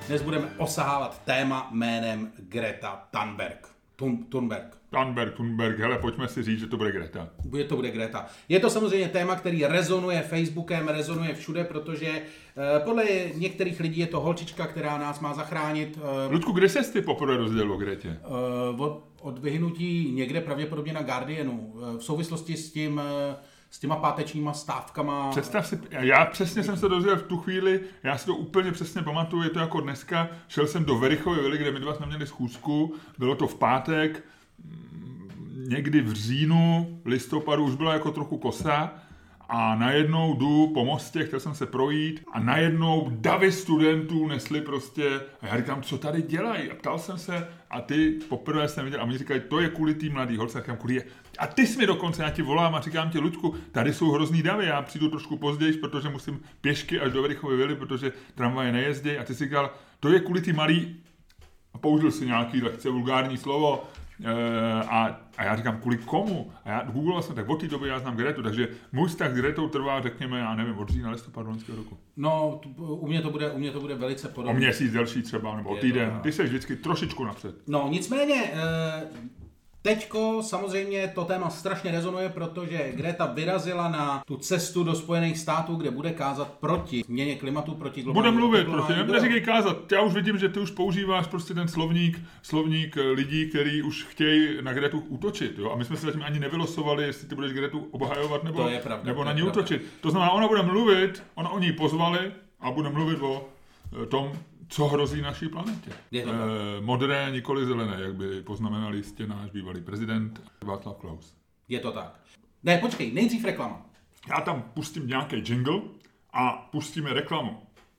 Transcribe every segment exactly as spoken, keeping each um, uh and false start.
Dnes budeme osahávat téma jménem Greta Thunberg. Thun, Thunberg. Thunberg, Thunberg, hele, pojďme si říct, že to bude Greta. Bude to bude Greta. Je to samozřejmě téma, který rezonuje Facebookem, rezonuje všude, protože eh, podle některých lidí je to holčička, která nás má zachránit. Eh, Ludku, kde ses ty poprvé rozdělil o Gretě? Eh, od, od vyhnutí někde pravděpodobně na Guardianu. Eh, v souvislosti s tím... Eh, s těma pátečníma stávkama. Představ si, já přesně jsem se dozvěděl v tu chvíli, já si to úplně přesně pamatuju, je to jako dneska, šel jsem do Verichovy Vily, kde my dva jsme měli schůzku, bylo to v pátek, někdy v říjnu, listopadu, už byla jako trochu kosa a najednou jdu po mostě, chtěl jsem se projít a najednou davy studentů nesli prostě a já říkám, co tady dělají? A ptal jsem se a ty poprvé jsem viděl a mi říkají, to je kvůli tý mladý holce, říkám, kvůli je. A ty jsi mi dokonce, já ti volám a říkám ti, Luďku, tady jsou hrozný davy, já přijdu trošku později, protože musím pěšky až do Verichovy Vily, protože tramvaje nejezdí a ty si říkal, to je kvůli tý malý a použil si nějaký lehce vulgární slovo. A, a já říkám, kvůli komu? A já googlil jsem, tak od té doby já znám Gretu, takže můj vztah s Gretou trvá, řekněme, já nevím, od října listopadu loňského roku. No, u mě to bude, u mě to bude velice podobné. O měsíc delší třeba, nebo o týden. To, ty seš vždycky trošičku napřed. No, nicméně, teďko samozřejmě to téma strašně rezonuje, protože Greta vyrazila na tu cestu do Spojených států, kde bude kázat proti změně klimatu, proti globální. Bude mluvit, prostě, neříkej kázat. Já už vidím, že ty už používáš prostě ten slovník, slovník lidí, kteří už chtějí na Gretu útočit. Jo? A my jsme se zatím ani nevylosovali, jestli ty budeš Gretu obhajovat nebo, pravda, nebo na ní útočit. To znamená, ona bude mluvit, ona o ní pozvali a bude mluvit o tom, co hrozí naší planetě. E, modré, nikoli zelené, jak by poznamenal jistě náš bývalý prezident Václav Klaus. Je to tak. Ne, počkej, nejdřív reklama. Já tam pustím nějaký jingle a pustíme reklamu.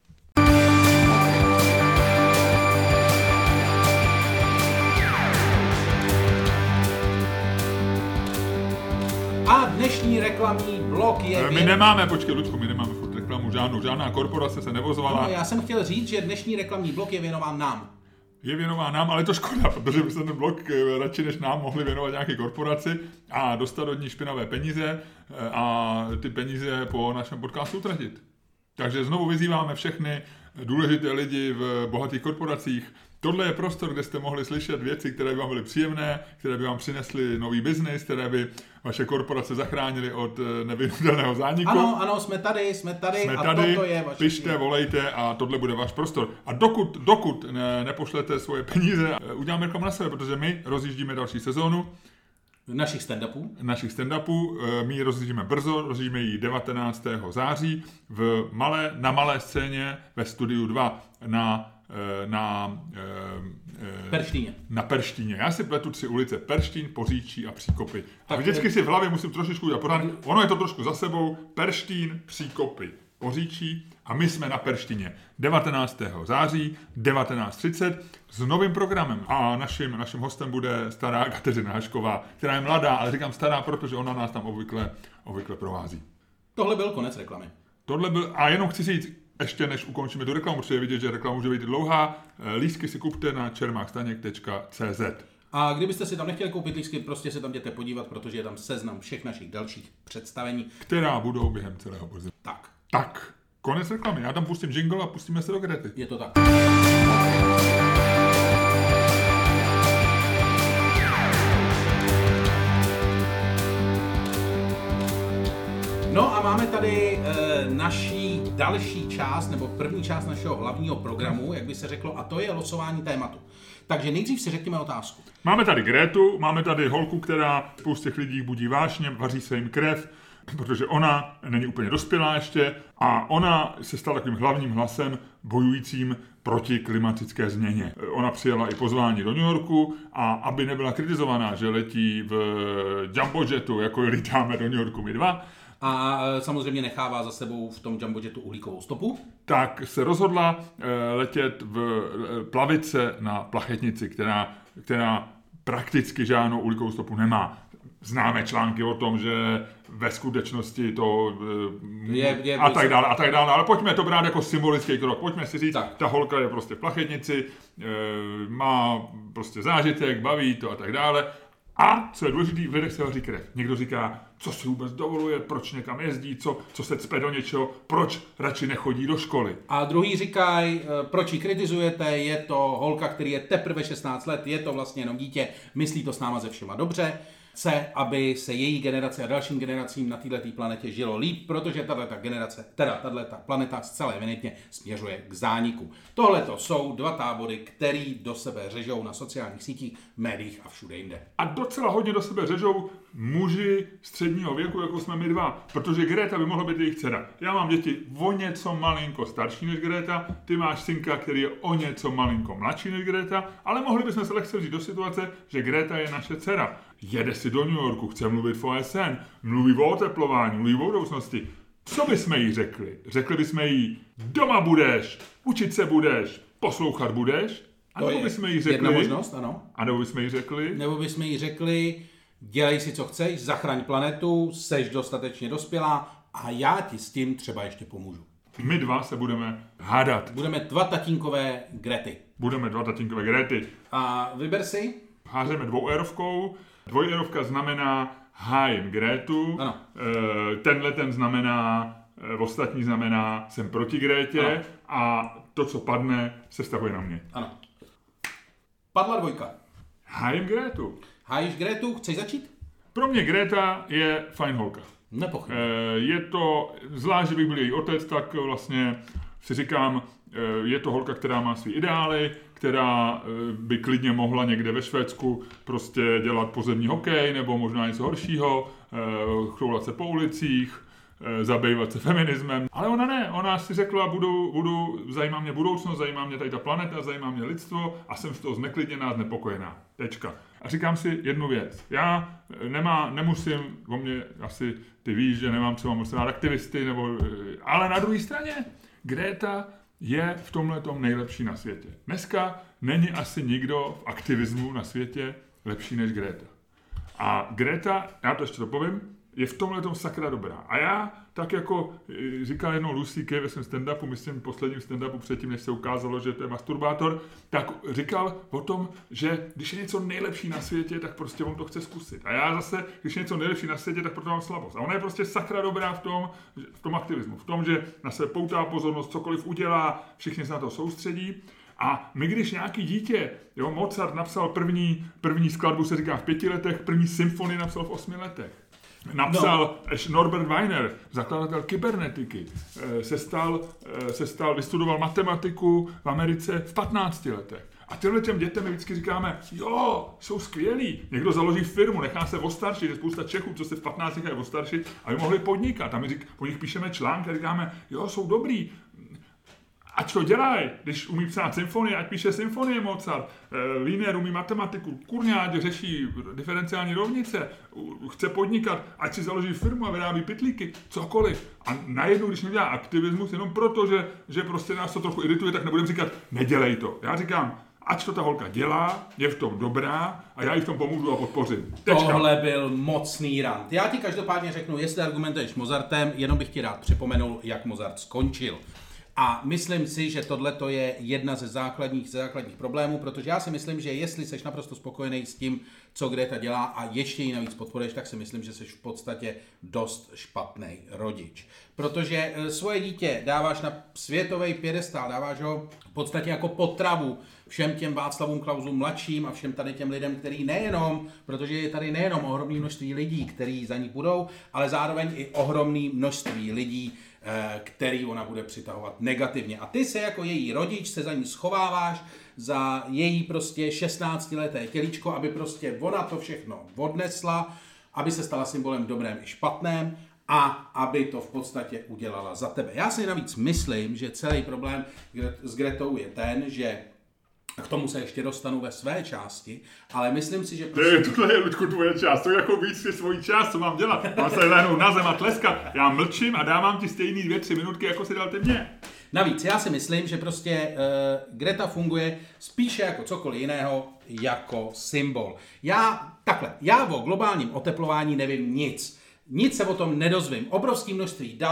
A dnešní reklamní blok je... My nemáme, počkej, Ludku, my nemáme furt reklamu žádnou, žádná korporace se nevozovala. No, já jsem chtěl říct, že dnešní reklamní blok je věnován nám. Je věnován nám, ale je to škoda, protože by se ten blok radši než nám mohli věnovat nějaké korporaci a dostat od ní špinavé peníze a ty peníze po našem podcastu utratit. Takže znovu vyzýváme všechny důležité lidi v bohatých korporacích. Tohle je prostor, kde jste mohli slyšet věci, které by vám byly příjemné, které by vám přinesly nový biznis, které by vaše korporace zachránily od nevyhnutelného zániku. Ano, ano, jsme tady, jsme tady jsme a tady, toto je vaše... pište, volejte a tohle bude váš prostor. A dokud, dokud ne, nepošlete svoje peníze, uděláme reklamu na sebe, protože my rozjíždíme další sezónu. Našich stand-upů. Našich stand-upů. My ji rozjíždíme brzo, rozjíždíme ji devatenáctého září v malé, na malé scéně ve Studiu dva na na Perštíně. Na Perštíně. Já si pletu tři ulice. Perštín, Poříčí a Příkopy. A vždycky si v hlavě musím trošičku udělat pořádek. Ono je to trošku za sebou. Perštín, Příkopy, Poříčí a my jsme na Perštině. devatenáctého září, devatenáct třicet s novým programem. A naším, naším hostem bude stará Kateřina Hašková, která je mladá, ale říkám stará, protože ona nás tam obvykle, obvykle provází. Tohle byl konec reklamy. Tohle byl, a jenom chci říct, ještě než ukončíme tu reklamu, protože je vidět, že reklama může být dlouhá, lístky si kupte na čermákstaněk tečka cé zet. A kdybyste si tam nechtěli koupit lístky, prostě se tam jděte podívat, protože je tam seznam všech našich dalších představení, která budou během celého podzimu. Tak. Tak, konec reklamy. Já tam pustím jingle a pustíme se do Grety. Je to tak. No a máme tady e, naší další část, nebo první část našeho hlavního programu, jak by se řeklo, a to je losování tématu. Takže nejdřív si řekněme otázku. Máme tady Gretu, máme tady holku, která spoustě lidí budí vášně, vaří se jim krev, protože ona není úplně dospělá ještě a ona se stala takovým hlavním hlasem bojujícím proti klimatické změně. Ona přijela i pozvání do New Yorku a aby nebyla kritizovaná, že letí v jumbojetu, jako lítáme do New Yorku my dva, a samozřejmě nechává za sebou v tom jumbojetu uhlíkovou stopu, tak se rozhodla letět v plavice na plachetnici, která, která prakticky žádnou uhlíkovou stopu nemá. Známe články o tom, že ve skutečnosti to je, je, a tak dále, a tak dále, ale pojďme to brát jako symbolický krok. Pojďme si říct, tak. Ta holka je prostě v plachetnici, má prostě zážitek, baví to a tak dále. A co je důležité, v lidech se vaří krev. Někdo říká, co si vůbec dovoluje, proč někam jezdí, co, co se cpe do něčeho, proč radši nechodí do školy. A druhý říkají, proč ji kritizujete, je to holka, který je teprve šestnáct let, je to vlastně jenom dítě, myslí to s náma ze všema dobře. Chce, aby se její generace a dalším generacím na této planetě žilo líp, protože tato generace, teda tato planeta zcela evidentně směřuje k zániku. Tohle to jsou dva tábory, který do sebe řežou na sociálních sítích, médiích a všude jinde. A docela hodně do sebe řežou muži středního věku, jako jsme my dva, protože Greta by mohla být jejich dcera. Já mám děti o něco malinko starší než Greta, ty máš synka, který je o něco malinko mladší než Greta, ale mohli bychom se lehce vzít do situace, že Greta je naše dcera. Jede si do New Yorku, chce mluvit v O S N, mluví o oteplování, mluví o budoucnosti. Co bychom jí řekli? Řekli bychom jí, doma budeš, učit se budeš, poslouchat budeš? A nebo bychom jí řekli, jedna možnost, ano. A nebo bychom jí řekli, nebo bychom jí řekli, dělej si, co chceš, zachraň planetu, seš dostatečně dospělá a já ti s tím třeba ještě pomůžu. My dva se budeme hádat. Budeme dva tatínkové Grety. Budeme dva tatínkové Grety. A vyber si. Hážeme dvouérovkou. Dvojérovka znamená hájím Grétu. Ano. E, tenhle ten znamená, e, ostatní znamená jsem proti Grétě. Ano. A to, co padne, se vztahuje na mě. Ano. Padla dvojka. Hájím Grétu. Hájíš Grétu, chceš začít? Pro mě Greta je fajn holka. Nepochybně. E, je to, zvlášť, že bych byl její otec, tak vlastně si říkám, e, je to holka, která má svý ideály, která by klidně mohla někde ve Švédsku prostě dělat pozemní hokej nebo možná něco horšího, chloulat se po ulicích, zabývat se feminismem. Ale ona ne, ona si řekla, budu, budu, zajímá mě budoucnost, zajímá mě tady ta planeta, zajímá mě lidstvo a jsem z toho zneklidněná, znepokojená. Tečka. A říkám si jednu věc. Já nemá, nemusím, o mě asi ty víš, že nemám třeba moc rád aktivisty, nebo, ale na druhé straně Greta je v tomhletom nejlepší na světě. Dneska není asi nikdo v aktivismu na světě lepší než Greta. A Greta, já to ještě to povím, je v tomhletom sakra dobrá. A já, tak jako říkal jednou Lucy Kay ve svém stand-upu, myslím posledním stand-upu předtím, než se ukázalo, že to je masturbátor, tak říkal o tom, že když je něco nejlepší na světě, tak prostě on to chce zkusit. A já zase, když je něco nejlepší na světě, tak proto mám slabost. A ona je prostě sakra dobrá v tom, v tom aktivismu, v tom, že na sebe poutá pozornost, cokoliv udělá, všichni se na to soustředí. A my, když nějaký dítě, jo, Mozart napsal první, první skladbu, se říká v pěti letech, první symfonii napsal v osmi letech. Napsal no. Norbert Wiener, zakladatel kybernetiky, se stal, se stal, vystudoval matematiku v Americe v patnácti letech. A těmhle těm dětem my vždycky říkáme, jo, jsou skvělí. Někdo založí firmu, nechá se ostaršit, je spousta Čechů, co se v patnácti nechají ostaršit, aby mohli podnikat. A my řík, po nich píšeme články a říkáme, jo, jsou dobrý. Ať to dělají, když umí psát symfonie, ať píše symfonie Mozart, Wiener umí matematiku, kurňa, ať řeší diferenciální rovnice, chce podnikat, ať si založí firmu a vyrábí pytlíky, cokoliv. A najednou, když nedělá aktivismus, jenom proto, že, že prostě nás to trochu irituje, tak nebudeme říkat, nedělej to. Já říkám, ať to ta holka dělá, je v tom dobrá a já jí v tom pomůžu a podpořím. Tečka. Tohle byl mocný rant. Já ti každopádně řeknu, jestli argumentuješ Mozartem, jenom bych ti rád připomenul, jak Mozart skončil. A myslím si, že tohle je jedna ze základních, ze základních problémů, protože já si myslím, že jestli jsi naprosto spokojený s tím, co Greta dělá a ještě ji navíc podporuješ, tak si myslím, že jsi v podstatě dost špatný rodič. Protože svoje dítě dáváš na světový piedestál, dáváš ho v podstatě jako potravu všem těm Václavům Klausům mladším a všem tady těm lidem, který nejenom, protože je tady nejenom ohromné množství lidí, kteří za ní budou, ale zároveň i ohromné množství lidí, který ona bude přitahovat negativně. A ty se jako její rodič se za ní schováváš, za její prostě šestnáctileté tělíčko, aby prostě ona to všechno odnesla, aby se stala symbolem dobrém i špatném a aby to v podstatě udělala za tebe. Já si navíc myslím, že celý problém s Gretou je ten, že k tomu se ještě dostanu ve své části, ale myslím si, že... Prostě... Ty, tohle je, Luďku, tvoje část, to je jako víc si svoji část, co mám dělat. Mám se lehnout na zem a tleskat, já mlčím a dávám ti stejný dvě, tři minutky, jako si dal ty mě. Navíc, já si myslím, že prostě uh, Greta funguje spíše jako cokoliv jiného, jako symbol. Já, takhle, já o globálním oteplování nevím nic. Nic se o tom nedozvím. Obrovské množství dat,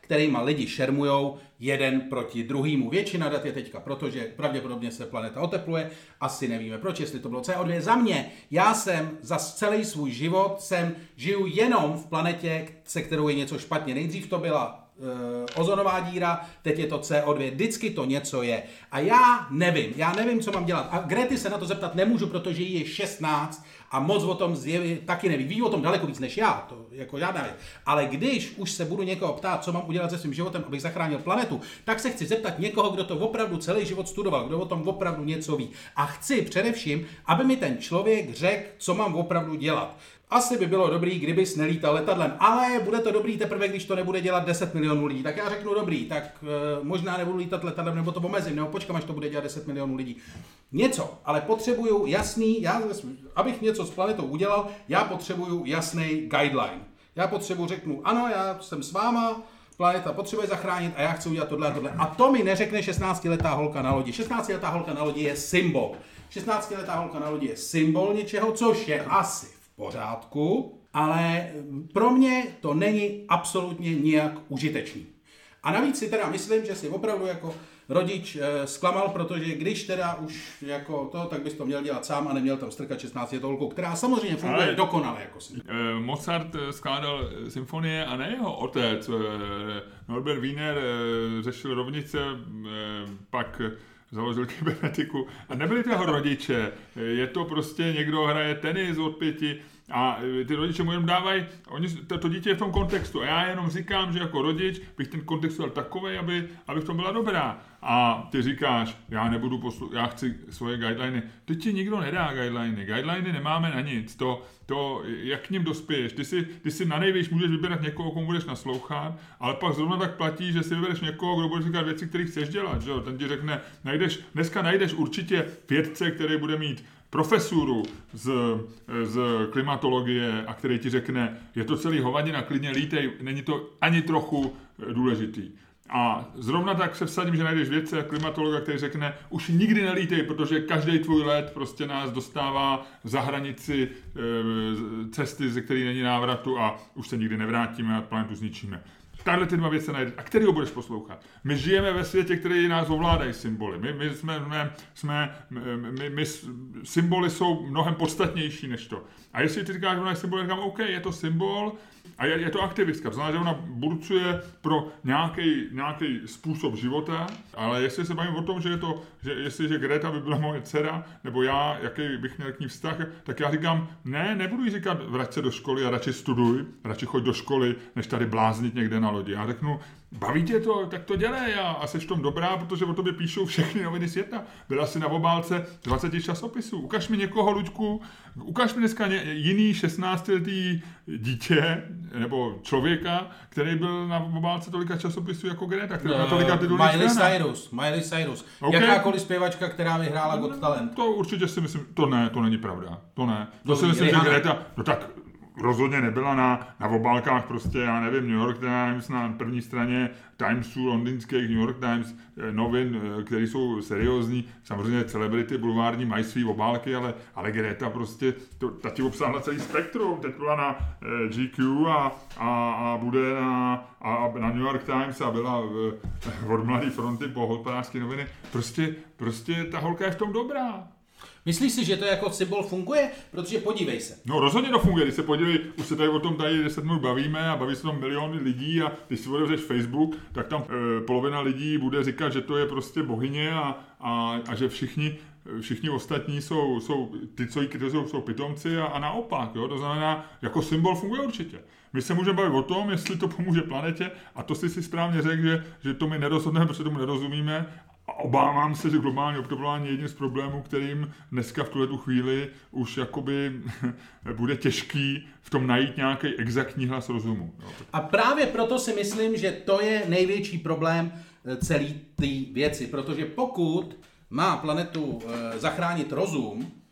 kterýma lidi šermujou jeden proti druhýmu. Většina dat je teďka, protože pravděpodobně se planeta otepluje, asi nevíme proč, jestli to bylo C O dva. Za mě, já jsem za celý svůj život, jsem žiju jenom v planetě, se kterou je něco špatně. Nejdřív to byla ozonová díra, teď je to C O dva, vždycky to něco je. A já nevím, já nevím, co mám dělat. A Grety se na to zeptat nemůžu, protože jí je šestnáct a moc o tom zjeví, taky neví. Ví o tom daleko víc než já, to jako žádná věc. Ale když už se budu někoho ptát, co mám udělat se svým životem, abych zachránil planetu, tak se chci zeptat někoho, kdo to opravdu celý život studoval, kdo o tom opravdu něco ví. A chci především, aby mi ten člověk řekl, co mám opravdu dělat. Asi by bylo dobrý, kdybys nelítal letadlem, ale bude to dobrý teprve, když to nebude dělat deset milionů lidí. Tak já řeknu dobrý, tak e, možná nebudu lítat letadlem, nebo to omezím, nebo počkám, až to bude dělat deset milionů lidí. Něco, ale potřebuju jasný, já, abych něco s planetou udělal, já potřebuju jasný guideline. Já potřebuju, řeknu, ano, já jsem s váma, planeta potřebuje zachránit a já chci udělat tohle a tohle. A to mi neřekne šestnáctiletá holka na lodi. šestnáctiletá holka na lodi je symbol. šestnáctiletá holka na lodi je symbol něčeho, což je asi pořádku, ale pro mě to není absolutně nijak užitečný. A navíc si teda myslím, že si opravdu jako rodič e, zklamal, protože když teda už jako to, tak bys to měl dělat sám a neměl tam strkat šestnáctiletou holku, která samozřejmě funguje ale dokonale jako si. E, Mozart skládal symfonie a ne jeho otec. E, Norbert Wiener e, řešil rovnice, e, pak založil kybernetiku a nebyli to jeho rodiče, je to prostě někdo hraje tenis od pěti a ty rodiče mu jenom dávají, oni, to, to dítě je v tom kontextu a já jenom říkám, že jako rodič bych ten kontext dal takovej, aby, aby v tom byla dobrá. A ty říkáš, já nebudu poslu- já chci svoje guideliny. Teď ti nikdo nedá guideliny. Guideliny nemáme na nic. To, to jak k ním dospěješ. Ty si, ty si na nejvíc můžeš vybrat někoho, komu budeš naslouchat, ale pak zrovna tak platí, že si vybereš někoho, kdo bude říkat věci, které chceš dělat. Že? Ten ti řekne, najdeš, dneska najdeš určitě vědce, který bude mít profesuru z, z klimatologie a který ti řekne, je to celý hovadina, klidně lítej, není to ani trochu důležitý. A zrovna tak se vsadím, že najdeš vědce, klimatologa, který řekne, už nikdy nelítej, protože každý tvůj let prostě nás dostává za hranici e, cesty, ze které není návratu a už se nikdy nevrátíme a planetu zničíme. Tahle ty dva věci najdeš. A kterýho budeš poslouchat? My žijeme ve světě, který nás ovládají symboly. My, my, jsme, jsme, jsme, my, my, symboly jsou mnohem podstatnější než to. A jestli ty říkáš, že ona je symbol, říkám, OK, je to symbol a je, je to aktivistka. To znamená, že ona burcuje pro nějaký způsob života, ale jestli se bavím o tom, že je to, že jestliže Greta by byla moje dcera, nebo já, jaký bych měl k ní vztah, tak já říkám, ne, nebudu jí říkat, vrať se do školy a radši studuj, radši choď do školy, než tady bláznit někde na lodi. Já řeknu, baví tě to, tak to dělej a, a seš v tom dobrá, protože o tobě píšou všechny noviny světa. Byla jsi na obálce dvacet časopisů. Ukaž mi někoho, Luďku, ukaž mi dneska ně, jiný šestnáctiletý dítě nebo člověka, který byl na obálce tolika časopisů jako Greta, který uh, na tolika titulních Miley Cyrus, Miley Cyrus. Okay. Jakákoliv zpěvačka, která vyhrála Got Talent. To určitě si myslím, to ne, to není pravda. To ne. To, to si myslím, že Greta, no tak rozhodně nebyla na, na obálkách prostě, já nevím, New York Times, na první straně Timesu londýnských, New York Times, novin, které jsou seriózní. Samozřejmě celebrity bulvární mají svý obálky, ale, ale Greta prostě, to, ta ti obsáhla celý spektrum. Teď byla na eh, G Q a, a, a bude na, a, na New York Times a byla v, od Mladé fronty po hospodářské noviny. Prostě, prostě ta holka je v tom dobrá. Myslíš si, že to jako symbol funguje? Protože podívej se. No rozhodně to funguje, když se podívej, už se tady o tom tady deset minut bavíme a baví se tam miliony lidí a když si otevřeš Facebook, tak tam e, polovina lidí bude říkat, že to je prostě bohyně a, a, a že všichni, všichni ostatní jsou, jsou ty, co jí kritizují, jsou pitomci a, a naopak. Jo? To znamená, jako symbol funguje určitě. My se můžeme bavit o tom, jestli to pomůže planetě a to si si správně řekl, že, že to my nerozhodneme, protože tomu nerozumíme. A obávám se, že globální oteplování je jedním z problémů, kterým dneska v tuhletu chvíli už jakoby bude těžký v tom najít nějaký exaktní hlas rozumu. A právě proto si myslím, že to je největší problém celé té věci, protože pokud má planetu zachránit rozum,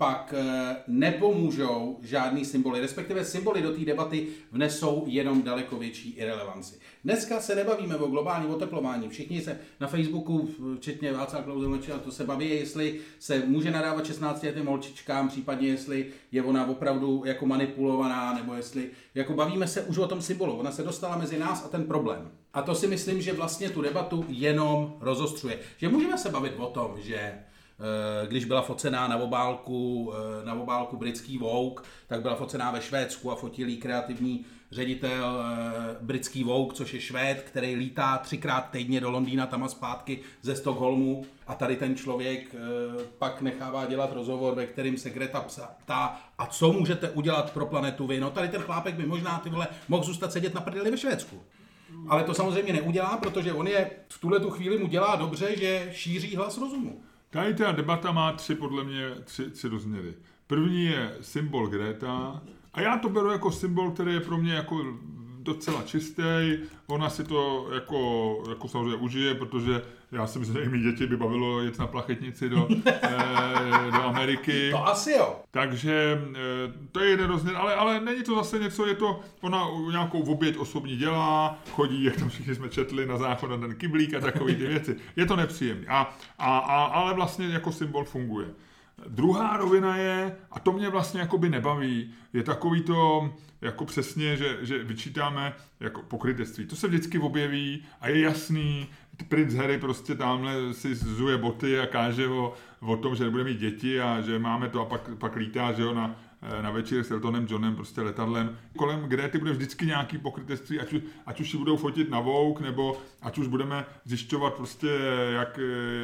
pak nepomůžou žádný symboly, respektive symboly do té debaty vnesou jenom daleko větší irelevanci. Dneska se nebavíme o globálním oteplování. Všichni se na Facebooku, včetně Václava Klause, to se baví, jestli se může nadávat šestnáctiletým holčičkám, případně jestli je ona opravdu jako manipulovaná, nebo jestli jako bavíme se už o tom symbolu. Ona se dostala mezi nás a ten problém. A to si myslím, že vlastně tu debatu jenom rozostřuje. Že můžeme se bavit o tom, že když byla focená na obálku, na obálku britský Vogue, tak byla focená ve Švédsku a fotil jí kreativní ředitel britský Vogue, což je Švéd, který lítá třikrát týdně do Londýna tam a zpátky ze Stockholmu a tady ten člověk pak nechává dělat rozhovor, ve kterým se Greta ptá, a co můžete udělat pro planetu vy? No tady ten chlápek by možná ty vole mohl zůstat sedět na prdeli ve Švédsku. Ale to samozřejmě neudělá, protože on je v tuhletu chvíli mu dělá dobře, že šíří hlas rozumu. Tady ta debata má tři, podle mě, tři, tři rozměry. První je symbol Greta a já to beru jako symbol, který je pro mě jako docela čistý. Ona si to jako, jako samozřejmě užije, protože já si myslím, že mý děti by bavilo jet na plachetnici do, eh, do Ameriky. To asi jo. Takže eh, to je jeden rozměr, ale, ale není to zase něco, je to, ona nějakou oběť osobní dělá, chodí, jak tam všichni jsme četli, na záchod na ten kyblík a takové ty věci. Je to nepříjemné, a, a, a, ale vlastně jako symbol funguje. Druhá rovina je, a to mě vlastně jakoby nebaví, je takový to, jako přesně, že, že vyčítáme jako pokrytectví. To se vždycky objeví a je jasný, princ Harry prostě tamhle si zuje boty a káže o, o tom, že nebude mít děti a že máme to a pak, pak lítá, že jo, na, na večer s Eltonem Johnem, prostě letadlem. Kolem Grety bude vždycky nějaký pokrytectví, ať, ať už si budou fotit na Vogue, nebo ať už budeme zjišťovat prostě, jak,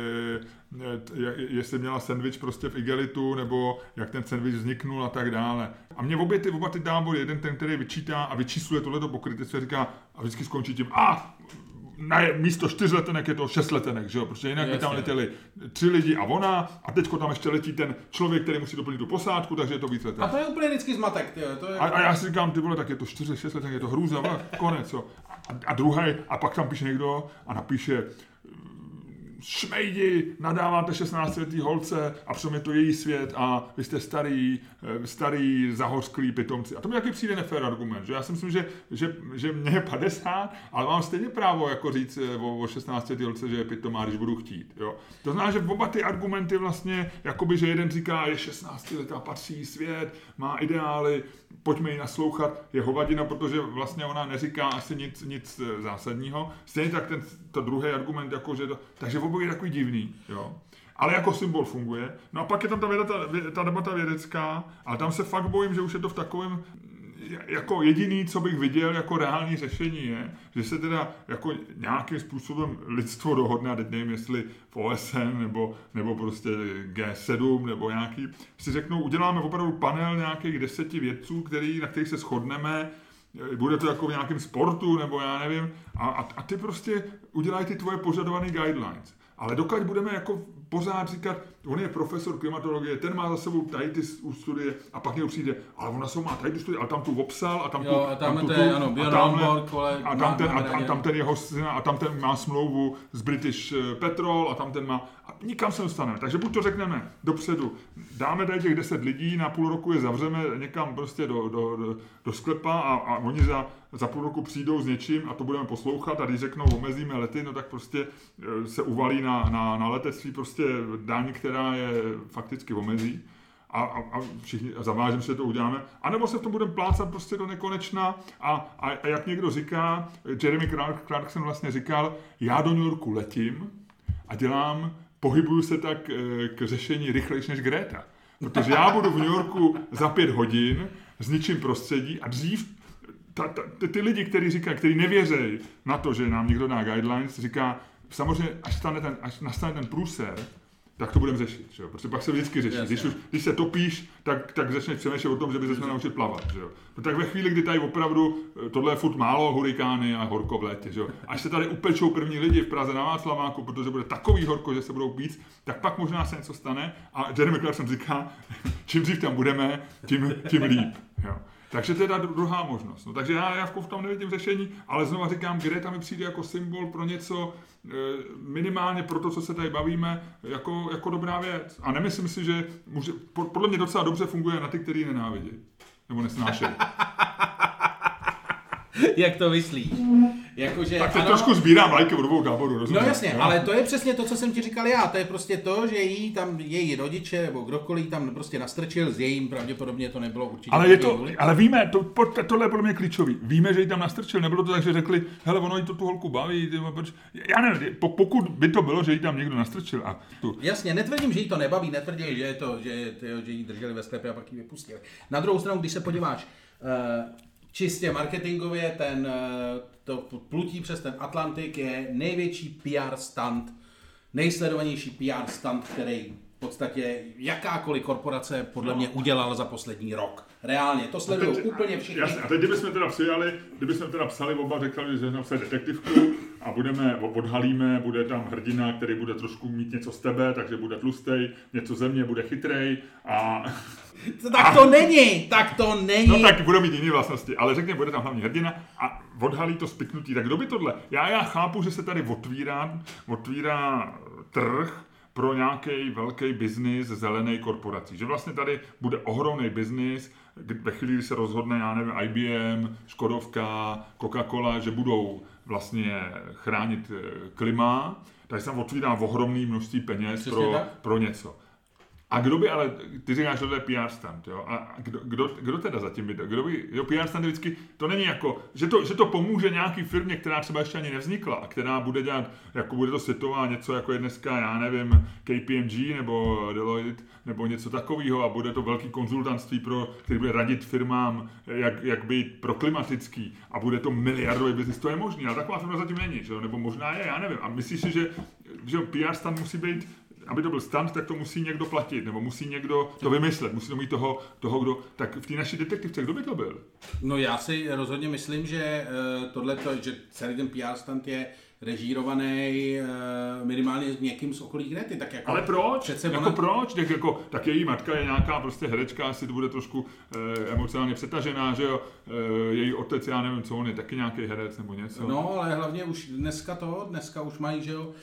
jak jestli měla sendvič prostě v igelitu, nebo jak ten sendvič vzniknul a tak dále. A mě obě ty, oba ty tábory, jeden ten, který vyčítá a vyčísluje tohleto pokrytectví, říká a vždycky skončí tím, a ne, místo čtyř letenek je to šest letenek, že jo, protože jinak by tam letěli tři lidi a ona a teďko tam ještě letí ten člověk, který musí doplnit tu posádku, takže je to víc letenek. A to je úplně vždycky zmatek, tyjo, to je... A, a já si říkám, ty vole, tak je to čtyři, šest letenek, je to hrůza, vole, konec, jo. A, a druhý, a pak tam píše někdo a napíše, šmejdi, nadáváte šestnáctiletý holce a přitom je to její svět a vy jste starý, starý zahořklí pitomci. A to mi taky přijde nefér argument, že já si myslím, že, že, že mě je padesát, ale mám stejně právo jako říct o, o šestnáctiletý holce, že je pitomá, když budu chtít. Jo. To znamená, že oba ty argumenty vlastně, jakoby, že jeden říká, je šestnáctiletá, patří svět, má ideály, pojďme ji naslouchat, je hovadina, protože vlastně ona neříká asi nic, nic zásadního. Stejně tak ten to druhý argument, jako, že to, takže obojí je takový divný, jo. Ale jako symbol funguje. No a pak je tam ta, věda, ta, ta debata vědecká, ale tam se fakt bojím, že už je to v takovém, jako jediný, co bych viděl jako reální řešení je, že se teda jako nějakým způsobem lidstvo dohodne, a teď nevím, jestli v O S N nebo, nebo prostě G sedm nebo nějaký, si řeknou, uděláme opravdu panel nějakých deseti vědců, který, na kterých se shodneme, bude to jako v nějakém sportu, nebo já nevím, a, a, a ty prostě udělají ty tvoje požadované guidelines. Ale dokud budeme jako pořád říkat, on je profesor klimatologie, ten má za sebou tady ty studie a pak někdo přijde, ale ona se má tady tu studii, ale tam tu obsal a tam tu, jo, a tam, tam tu, je, ano, a tamhle, kole, a tam ten, a, a tam ten jeho syn, a tam ten má smlouvu s British Petrol a tam ten má, a nikam se dostaneme. Takže buď to řekneme dopředu, dáme tady těch deset lidí, na půl roku je zavřeme někam prostě do, do, do, do sklepa a, a oni za, za půl roku přijdou s něčím a to budeme poslouchat a když řeknou omezíme lety, no tak prostě se uvalí na, na, na letectví prostě daň, která je fakticky omezí a, a, a všichni a zavážeme, že to uděláme. A nebo se v tom budeme plácat prostě do nekonečna a, a, a jak někdo říká, Jeremy Clarkson vlastně říkal, já do New Yorku letím a dělám, pohybuju se tak k řešení rychlejší než Greta. Protože já budu v New Yorku za pět hodin s ničím prostředí a dřív ta, ta, ty lidi, kteří říkají, kteří nevěří na to, že nám někdo dá guidelines, říká, samozřejmě, až, stane ten, až nastane ten průser, tak to budeme řešit, že jo? Protože pak se vždycky řeší. Když, už, když se topíš, tak, tak začneš přemýšlet o tom, že by se naučit plavat, že jo? No tak ve chvíli, kdy tady opravdu, tohle je furt málo, hurikány a horko v létě, že jo? Až se tady upečou první lidi v Praze na Václaváku, protože bude takový horko, že se budou pít, tak pak možná se něco stane a Jeremy Clarkson říká, čím dřív tam budeme, tím, tím líp, jo? Takže to je ta druhá možnost. No, takže já, já v tom nevidím řešení, ale znova říkám, Greta mi přijde jako symbol pro něco, minimálně pro to, co se tady bavíme, jako, jako dobrá věc. A nemyslím si, že může, podle mě docela dobře funguje na ty, který nenávidí. Nebo nesnášejí. Jak to myslíš? Jakože, tak teď ano, trošku sbírám lajky od dvou táborů, rozumím. No jasně, no. Ale to je přesně to, co jsem ti říkal já. To je prostě to, že jí tam její rodiče nebo kdokoliv tam prostě nastrčil, s jejím pravděpodobně to nebylo určitě. Ale, je to, ale víme, to, tohle je podle mě klíčový. Víme, že jí tam nastrčil, nebylo to tak, že řekli, hele, ono jí to tu holku baví. Tyma, proč? Já nevím, pokud by to bylo, že jí tam někdo nastrčil. A tu. Jasně, netvrdím, že jí to nebaví, netvrdím, že, je to, že, že jí drželi ve sklepě a pak ji vypustili. Na druhou stranu, když se podíváš, uh, čistě marketingově ten, to plutí přes ten Atlantik je největší P R stunt, nejsledovanější P R stunt, který v podstatě jakákoliv korporace podle mě udělala za poslední rok. Reálně, to sledují teď, úplně všichni. Jasně, a teď kdybychom teda přijali, kdybychom teda psali oba, řekli, že napsali detektivku a budeme, odhalíme, bude tam hrdina, který bude trošku mít něco z tebe, takže bude tlustej, něco ze mě, bude chytrej a... Tak to a... není, tak to není. No tak bude mít jiné vlastnosti, ale řekněme, bude tam hlavní hrdina a odhalí to spiknutí. Tak kdo by tohle? Já, já chápu, že se tady otvírá, otvírá trh pro nějaký velký biznis zelený korporací. Že vlastně tady bude ohromný biznis, ve chvíli, kdy se rozhodne, já nevím, I B M, Škodovka, Coca-Cola, že budou vlastně chránit klima, tak se tam otvírá ohromný množství peněz pro, pro něco. A kdo by, ale ty říkáš, že to je P R stunt, jo? A kdo, kdo, kdo teda zatím by, kdo by, jo, P R stunt je vždycky, to není jako, že to, že to pomůže nějaký firmě, která třeba ještě ani nevznikla a která bude dělat, jako bude to světová něco, jako je dneska, já nevím, K P M G nebo Deloitte, nebo něco takového a bude to velký konzultantství, pro, který bude radit firmám, jak, jak být proklimatický a bude to miliardový biznis, to je možný, ale taková firma zatím není, že jo? Nebo možná je, já nevím. A myslíš si, že, že P R stunt musí být, aby to byl stunt, tak to musí někdo platit, nebo musí někdo to vymyslet, musí to mít toho, toho kdo, tak v té naší detektivce, kdo by to byl? No já si rozhodně myslím, že tohleto, že celý ten P R stunt je režírovaný minimálně s někým z okolí Grety, tak jako... Ale proč? Přece jako ona... proč? Tak, jako, tak její matka je nějaká prostě herečka, asi to bude trošku eh, emocionálně přetažená, že jo, eh, její otec, já nevím, co on je, taky nějaký herec nebo něco. No, ale hlavně už dneska to, dneska už mají, že jo,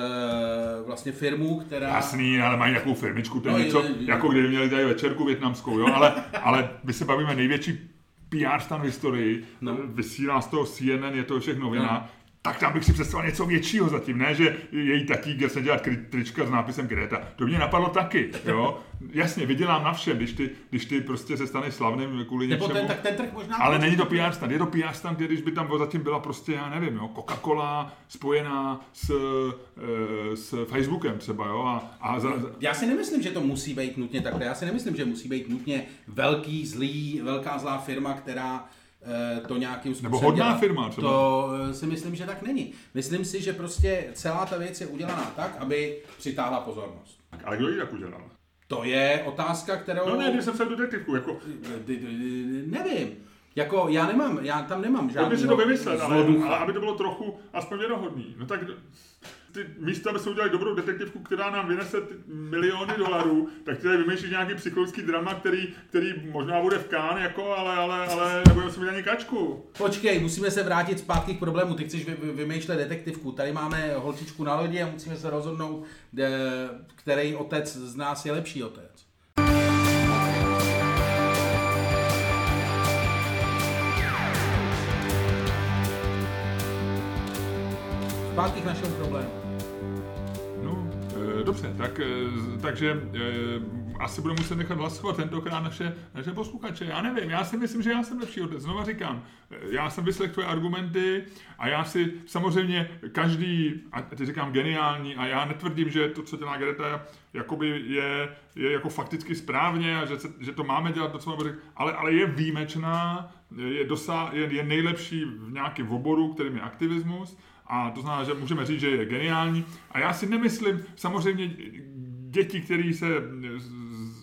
eh, vlastně firmu, která... Jasný, ale mají nějakou firmičku, to je no, něco, je, je, jako kdyby měli tady večerku větnamskou, jo, ale, ale my se bavíme největší P R stan v historii, no. Vysílá z toho C N N, je to všech novina. No. Tak tam bych si představil něco většího zatím, ne, že její tatík se dělat trička s nápisem Greta. To mě napadlo taky, jo. Jasně, vydělám na všem, když ty, když ty prostě se staneš slavným kvůli Nebo něčemu. Ten, tak ten trh možná ale není to P R stand, je to P R stand, když by tam zatím byla prostě, já nevím, jo, Coca-Cola spojená s, e, s Facebookem třeba, jo. A, a za, za... Já si nemyslím, že to musí být nutně takhle, já si nemyslím, že musí být nutně velký, zlý, velká zlá firma, která to nějakým způsobem Nebo hodná dělat. firma třeba. To si myslím, že tak není. Myslím si, že prostě celá ta věc je udělaná tak, aby přitáhla pozornost. Ale kdo ji tak udělal? To je otázka, kterou... No ne, když jsem se do detektivku, jako... Nevím. Jako já nemám, já tam nemám žádný... Pojďme si to vymyslet, ale, ale aby to bylo trochu aspoň věrohodný. No tak... Ty místo, aby jsme udělali dobrou detektivku, která nám vynese miliony dolarů, tak ty tady vymýšlíš nějaký psychologický drama, který, který možná bude v Cannes, jako, ale, ale, ale nebudeme si mít ani kačku. Počkej, musíme se vrátit zpátky k problému. Ty chceš vy, vymýšlet detektivku. Tady máme holčičku na lodi a musíme se rozhodnout, který otec z nás je lepší otec. Zpátky k našemu problému. No, e, dobře, tak, e, takže e, asi budeme muset nechat hlasovat tentokrát naše, naše posluchače. Já nevím, já si myslím, že já jsem lepší otec. Znova říkám, já jsem vyslechl tvoje argumenty a já si samozřejmě každý, a teď říkám geniální, a já netvrdím, že to, co dělá Greta, jakoby je, je jako fakticky správně a že, se, že to máme dělat, to, co máme, ale, ale je výjimečná, je, dosá, je, je nejlepší v nějakém oboru, kterým je aktivismus. A to znamená, že můžeme říct, že je geniální. A já si nemyslím, samozřejmě děti, které se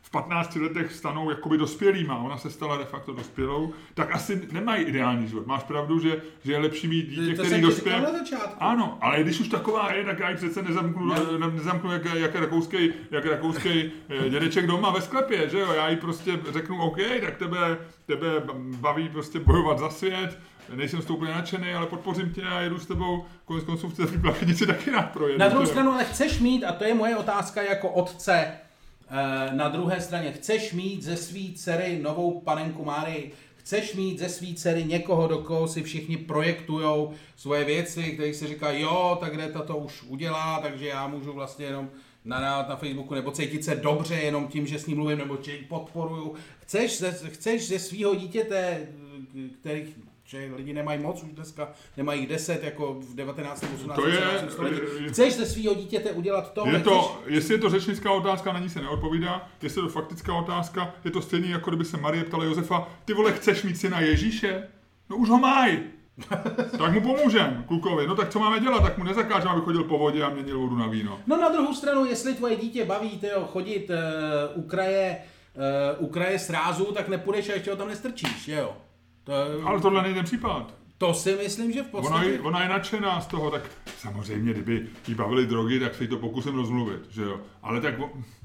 v patnácti letech stanou jakoby dospělýma, ona se stala de facto dospělou, tak asi nemají ideální život. Máš pravdu, že, že je lepší mít dítě, to který dospěl. Ano, ale když už taková je, tak já ji přece nezamknu, ne. nezamknu jak, jak rakouský, jak rakouský dědeček doma ve sklepě, že jo? Já jí prostě řeknu, OK, tak tebe, tebe baví prostě bojovat za svět, nejsem s tou úplně nadšený, ale podpořím tě a jedu s tebou, konec konců v té plachetnici taky rád projedu. Na druhou stranu ale chceš mít, a to je moje otázka jako otce, na druhé straně, chceš mít ze svý dcery novou panenku Márii, chceš mít ze svý dcery někoho, do koho si všichni projektujou svoje věci, který si říká, jo, tak Greta to už udělá, takže já můžu vlastně jenom nadávat na Facebooku nebo cítit se dobře jenom tím, že s ním mluvím nebo že ji podporuju. Chceš ze, chceš ze svýho dítěte, kterých že lidi nemají moc, už dneska nemají deset, jako v devatenáctém osmnáctém století. Chceš ze svýho dítěte udělat to? Je to chceš... Jestli je to řečnická otázka, na ní se neodpovídá. Jestli je to faktická otázka, je to stejný, jako kdyby se Marie ptala Josefa, ty vole, chceš mít syna Ježíše? No už ho máj. Tak mu pomůžem, klukovi. No tak co máme dělat? Tak mu nezakážeme, aby chodil po vodě a měnil vodu na víno. No na druhou stranu, jestli tvoje dítě baví tyjo, chodit uh, u kraje, uh, u kraje srázu, tak nepůjdeš a ještě ho tam nestrčíš, jo? To, ale tohle nejde případ. To si myslím, že v podstatě... Ona je, ona je nadšená z toho, tak samozřejmě, kdyby jí bavili drogy, tak se jí to pokusím rozmluvit, že jo. Ale tak...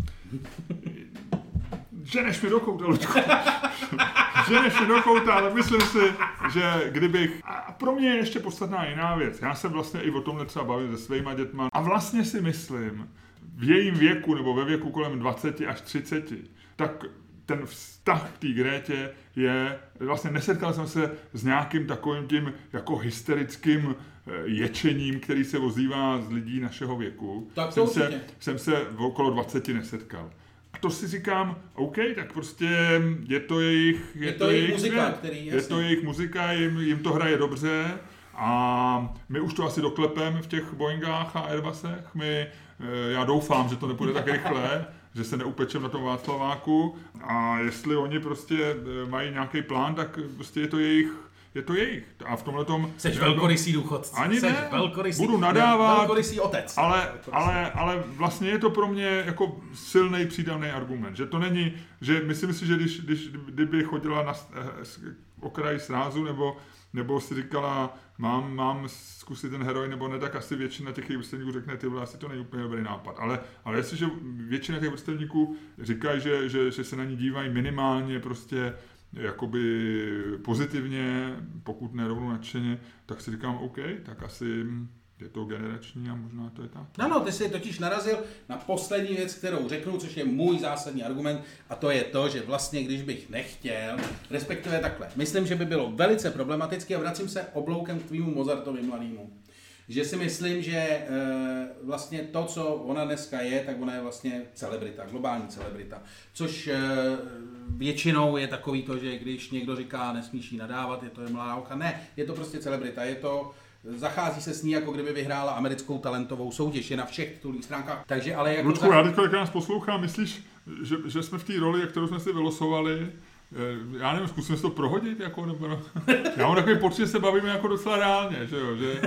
Ženeš mi do kouta, Luďku. Ženeš mi do kouta, ale myslím si, že kdybych... A pro mě je ještě podstatná jiná věc. Já se vlastně i o tomhle třeba bavím se svýma dětma. A vlastně si myslím, v jejím věku, nebo ve věku kolem dvacet až třicet, tak... ten vztah k té Grétě je, vlastně nesetkal jsem se s nějakým takovým tím jako hysterickým ječením, který se ozývá z lidí našeho věku. Tak jsem se, jsem se v okolo dvaceti nesetkal. A to si říkám, OK, tak prostě je to jejich, je, je to to jejich jejich muzika, svět, který, je to jejich muzika, jim, jim to hraje dobře a my už to asi doklepeme v těch Boeingách a Airbusech. My, já doufám, že to nepůjde tak rychle, že se neupečem na tom Václaváku a jestli oni prostě mají nějaký plán, tak prostě je to jejich, je to jejich. A v tomhletom... Seš velkorysý důchodce. Ani Seš ne, velkorysý, budu nadávat, velkorysý otec. Ale, velkorysý. ale, ale vlastně je to pro mě jako silný přídavný argument, že to není, že myslím si, že když, když kdyby chodila na okraj srázu nebo nebo si říkala, mám, mám zkusit ten heroin nebo ne, tak asi většina těch vrstevníků řekne, ty vole, asi to není úplně dobrý nápad. Ale, ale jestliže většina těch vrstevníků říkají, že, že, že se na ní dívají minimálně prostě jakoby pozitivně, pokud ne rovnou nadšeně, tak si říkám, OK, tak asi je to generační a možná to je tak. No, no, ty jsi totiž narazil na poslední věc, kterou řeknu, což je můj zásadní argument, a to je to, že vlastně, když bych nechtěl, respektive takhle, myslím, že by bylo velice problematické, a vracím se obloukem k tvýmu Mozartovi mladému, že si myslím, že e, vlastně to, co ona dneska je, tak ona je vlastně celebrita, globální celebrita, což e, většinou je takový to, že když někdo říká, nesmíš jí nadávat, je to je mladá holka, ne, je to prostě celebrita, je to zachází se s ní, jako kdyby vyhrála americkou talentovou soutěž, je na všech titulních stránkách. Takže ale jako Lučku, za... já teď, jak nás poslouchám, myslíš, že, že jsme v té roli, kterou jsme si vylosovali, já nevím, zkusíme si to prohodit, jako, nebo no. Já mám takový pocit, že se bavíme jako docela reálně, že jo, že...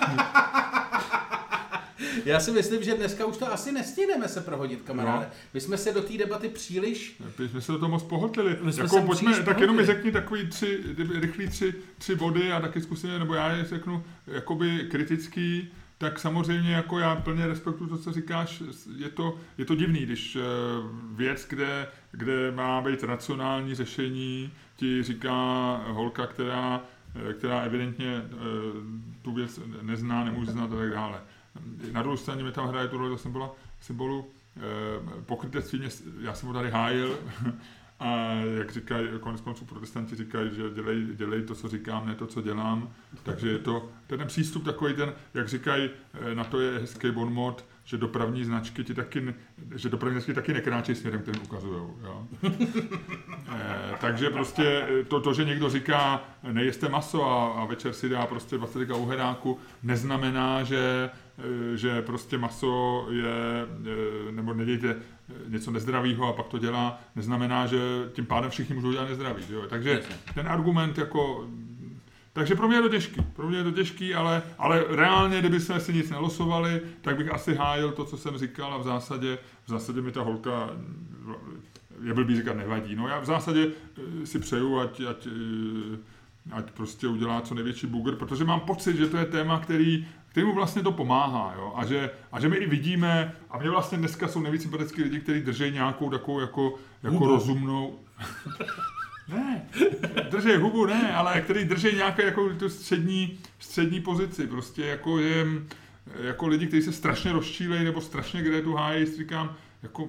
Já si myslím, že dneska už to asi nestihneme se prohodit, kamaráde. No. My jsme se do té debaty příliš... My jsme se do toho moc pohltili. Jako, pojďme, tak jenom mi řekni takový tři, rychlý tři, tři body a taky zkusíme, nebo já je řeknu jakoby kritický, tak samozřejmě jako já plně respektuju to, co říkáš, je to, je to divný, když věc, kde, kde má být racionální řešení, ti říká holka, která, která evidentně tu věc nezná, nemůže znát a tak dále. Na druhou straně mi tam hraje tu roli do symbolu, symbolu eh, pokrytectví, mě, já jsem ho tady hájil a jak říkají, konec konců protestanti říkají, že dělej, dělej to, co říkám, ne to, co dělám, takže je to ten přístup takový ten, jak říkají, na to je hezký bon mot, že dopravní značky ti taky, že dopravní značky taky nekráčí směrem, kterým ukazujou. Jo? e, takže prostě to, to, že někdo říká, nejeste maso a, a večer si dá prostě dvacet u heráku, neznamená, že, že prostě maso je, nebo nedějte něco nezdravýho a pak to dělá, neznamená, že tím pádem všichni můžou dělat nezdravý. Jo? Takže ten argument jako... Takže pro mě je to těžký, pro mě je to těžký, ale, ale reálně, kdyby jsme si nic nelosovali, tak bych asi hájil to, co jsem říkal a v zásadě, v zásadě mi ta holka je blbý říkat nevadí. No já v zásadě si přeju, ať, ať, ať prostě udělá co největší bugr, protože mám pocit, že to je téma, který, kterému vlastně to pomáhá, jo? A, že, a že my i vidíme, a mě vlastně dneska jsou nejvíc sympatický lidi, kteří drží nějakou takovou jako, jako rozumnou... Ne, držej hubu, ne, ale který drží nějakou jako tu střední, střední pozici, prostě jako je, jako lidi, kteří se strašně rozčílejí nebo strašně Gretu hájí, říkám, jako...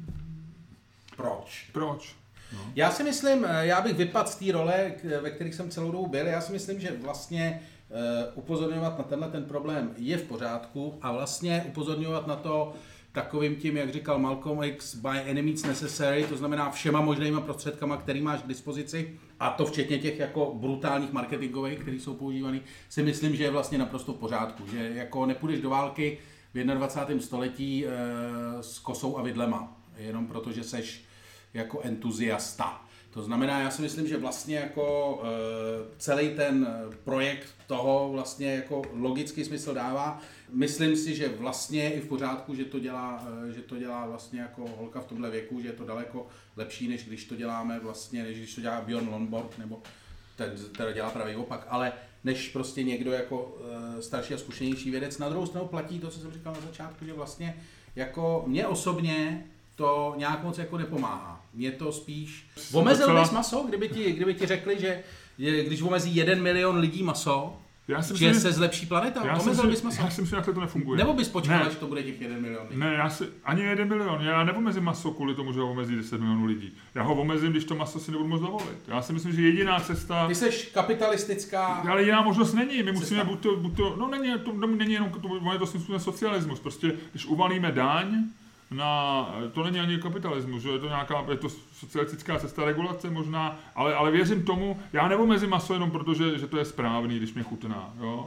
Proč? Proč? No. Já si myslím, já bych vypadl z té role, ve kterých jsem celou dobu byl, já si myslím, že vlastně uh, upozorňovat na tenhle ten problém je v pořádku a vlastně upozorňovat na to takovým tím, jak říkal Malcolm X, by any means necessary, to znamená všema možnýma prostředkama, který máš k dispozici, a to včetně těch jako brutálních marketingových, které jsou používaný, si myslím, že je vlastně naprosto v pořádku, že jako nepůjdeš do války v dvacátém prvním století e, s kosou a vidlema, jenom proto, že seš jako entuziasta. To znamená, já si myslím, že vlastně jako e, celý ten projekt toho vlastně jako logický smysl dává. Myslím si, že vlastně je i v pořádku, že to dělá, že to dělá vlastně jako holka v tomhle věku, že je to daleko lepší, než když to děláme vlastně, než když to dělá Bjorn Lomborg, nebo ten, ten dělá pravý opak, ale než prostě někdo jako e, starší a zkušenější vědec. Na druhou stranu platí to, co jsem říkal na začátku, že vlastně jako mě osobně to nějak moc jako nepomáhá. Mě to spíš... Omezil bys maso, kdyby ti, kdyby ti řekli, že když omezí jeden milion lidí maso, já si myslím, že se zlepší planeta? Já Omezil bys maso? Já si myslím, že to nefunguje. Nebo bys počkal, až to bude těch jeden milion lidí? Ne, já si, ani jeden milion. Já neomezím maso kvůli tomu, že ho omezí deset milionů lidí. Já ho omezím, když to maso si nebudu moc dovolit. Já si myslím, že jediná cesta... Ty seš kapitalistická... Ale jiná možnost není. My musíme buď to, buď to... No není, to není jenom to, je to svým socialismus. Prostě, když uvalíme daň, na, to není ani kapitalismus, že je to nějaká, je to socialistická cesta regulace možná, ale, ale věřím tomu, já neomezím maso jenom proto, že, že to je správný, když mě chutná, jo.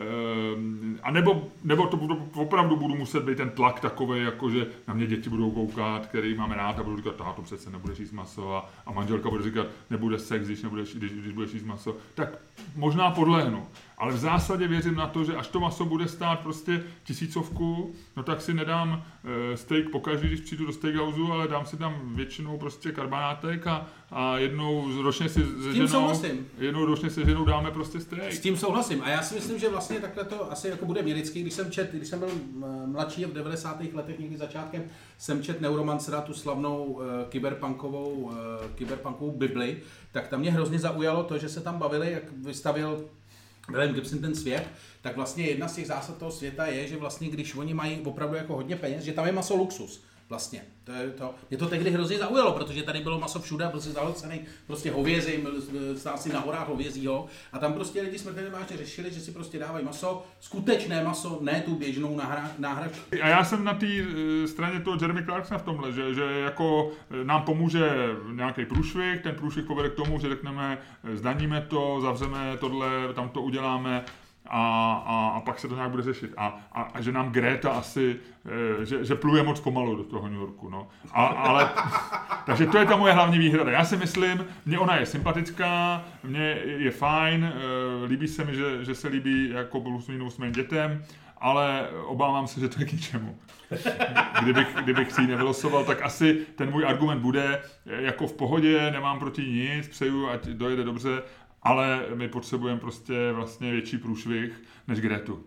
Ehm, a nebo, nebo to budu, opravdu budu muset být ten tlak takovej, jako že na mě děti budou koukat, který máme rád a budu říkat, táto přece nebudeš jíst maso a, a manželka bude říkat, nebude sex, když, nebudeš, když, když budeš jíst maso, tak možná podlehnu. Ale v zásadě věřím na to, že až to maso bude stát prostě tisícovku, no tak si nedám e, steak pokaždý, když přijdu do steakhouse, ale dám si tam většinou prostě karbonátek a, a jednou ročně si se ženou, jednou ročně se ženou dáme prostě steak. S tím souhlasím a já si myslím, že vlastně takhle to asi jako bude vždycky, když jsem čet, když jsem byl mladší v devadesátých letech, někdy začátkem, jsem čet Neuromancera, tu slavnou uh, kyberpunkovou, uh, kyberpunkovou bibli, tak tam mě hrozně zaujalo to, že se tam bavili, jak vystavil William Gibson ten svět, tak vlastně jedna z těch zásad toho světa je, že vlastně když oni mají opravdu jako hodně peněz, že tam je maso luxus. Vlastně. To je to. Mě to tehdy hrozně zaujalo, protože tady bylo maso všude, byl si zahlcený prostě hovězí, stál si na horách hovězího a tam prostě lidi smrtelně vážně řešili, že si prostě dávají maso, skutečné maso, ne tu běžnou náhražku. A já jsem na té straně toho Jeremy Clarksona v tomhle, že, že jako nám pomůže nějaký průšvih, ten průšvih povede k tomu, že řekneme, zdaníme to, zavřeme tohle, tam to uděláme. A, a, a pak se to nějak bude řešit. A, a, a že nám Greta asi, e, že, že pluje moc pomalu do toho New Yorku. No. A, ale, takže to je ta moje hlavní výhrada. Já si myslím, mně ona je sympatická, mně je fajn, e, líbí se mi, že, že se líbí jako plus minus mým dětem, ale obávám se, že to je k ničemu. Kdybych, kdybych si ji nevylosoval, tak asi ten můj argument bude jako v pohodě, nemám proti nic, přeju, ať dojede dobře, ale my potřebujeme prostě vlastně větší průšvih než Gretu.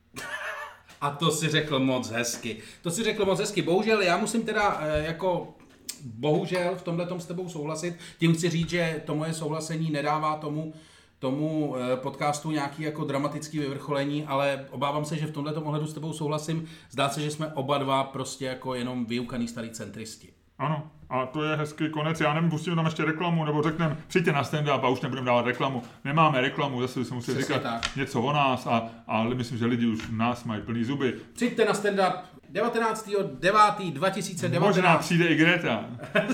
A to si řekl moc hezky. To si řekl moc hezky. Bohužel já musím teda jako bohužel v tomhletom s tebou souhlasit. Tím chci říct, že to moje souhlasení nedává tomu, tomu podcastu nějaký jako dramatický vyvrcholení, ale obávám se, že v tomhletom ohledu s tebou souhlasím. Zdá se, že jsme oba dva prostě jako jenom vyukaný starý centristi. Ano, a to je hezký konec. Já nevím, pustíme tam ještě reklamu, nebo řekneme, přijďte na stand-up a už nebudeme dávat reklamu. Nemáme reklamu, zase se musí říkat tak. Něco o nás, a, a myslím, že lidi už nás mají plný zuby. Přijďte na stand-up devatenáctého devátého dva tisíce devatenáct. Možná přijde i Greta.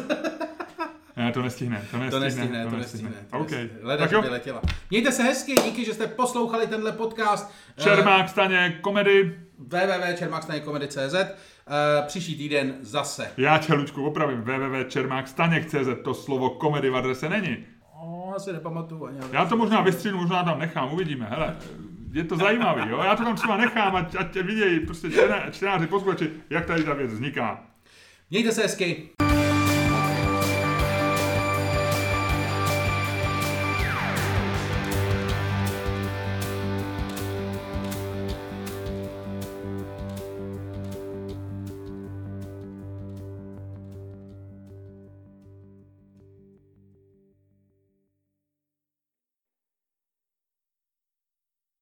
Ne, to nestihne. To nestihne, to nestihne. To nestihne. To okay. Leda, že by letěla. Mějte se hezky, díky, že jste poslouchali tenhle podcast. Čermák Staněk komedy. w w w tečka čermák staněk komedy tečka cé zet. Uh, příští týden zase. Já tě, Luďku, opravím. w w w tečka čermák staněk tečka cé zet. To slovo komedy v adrese není. O, asi nepamatuju ani. Já to možná vystřínu, možná tam nechám, uvidíme. Hele, je to zajímavý, jo? Já to tam třeba nechám, ať, ať vidějí prostě čtenáři, posluchači, jak tady ta věc vzniká. Mějte se hezky.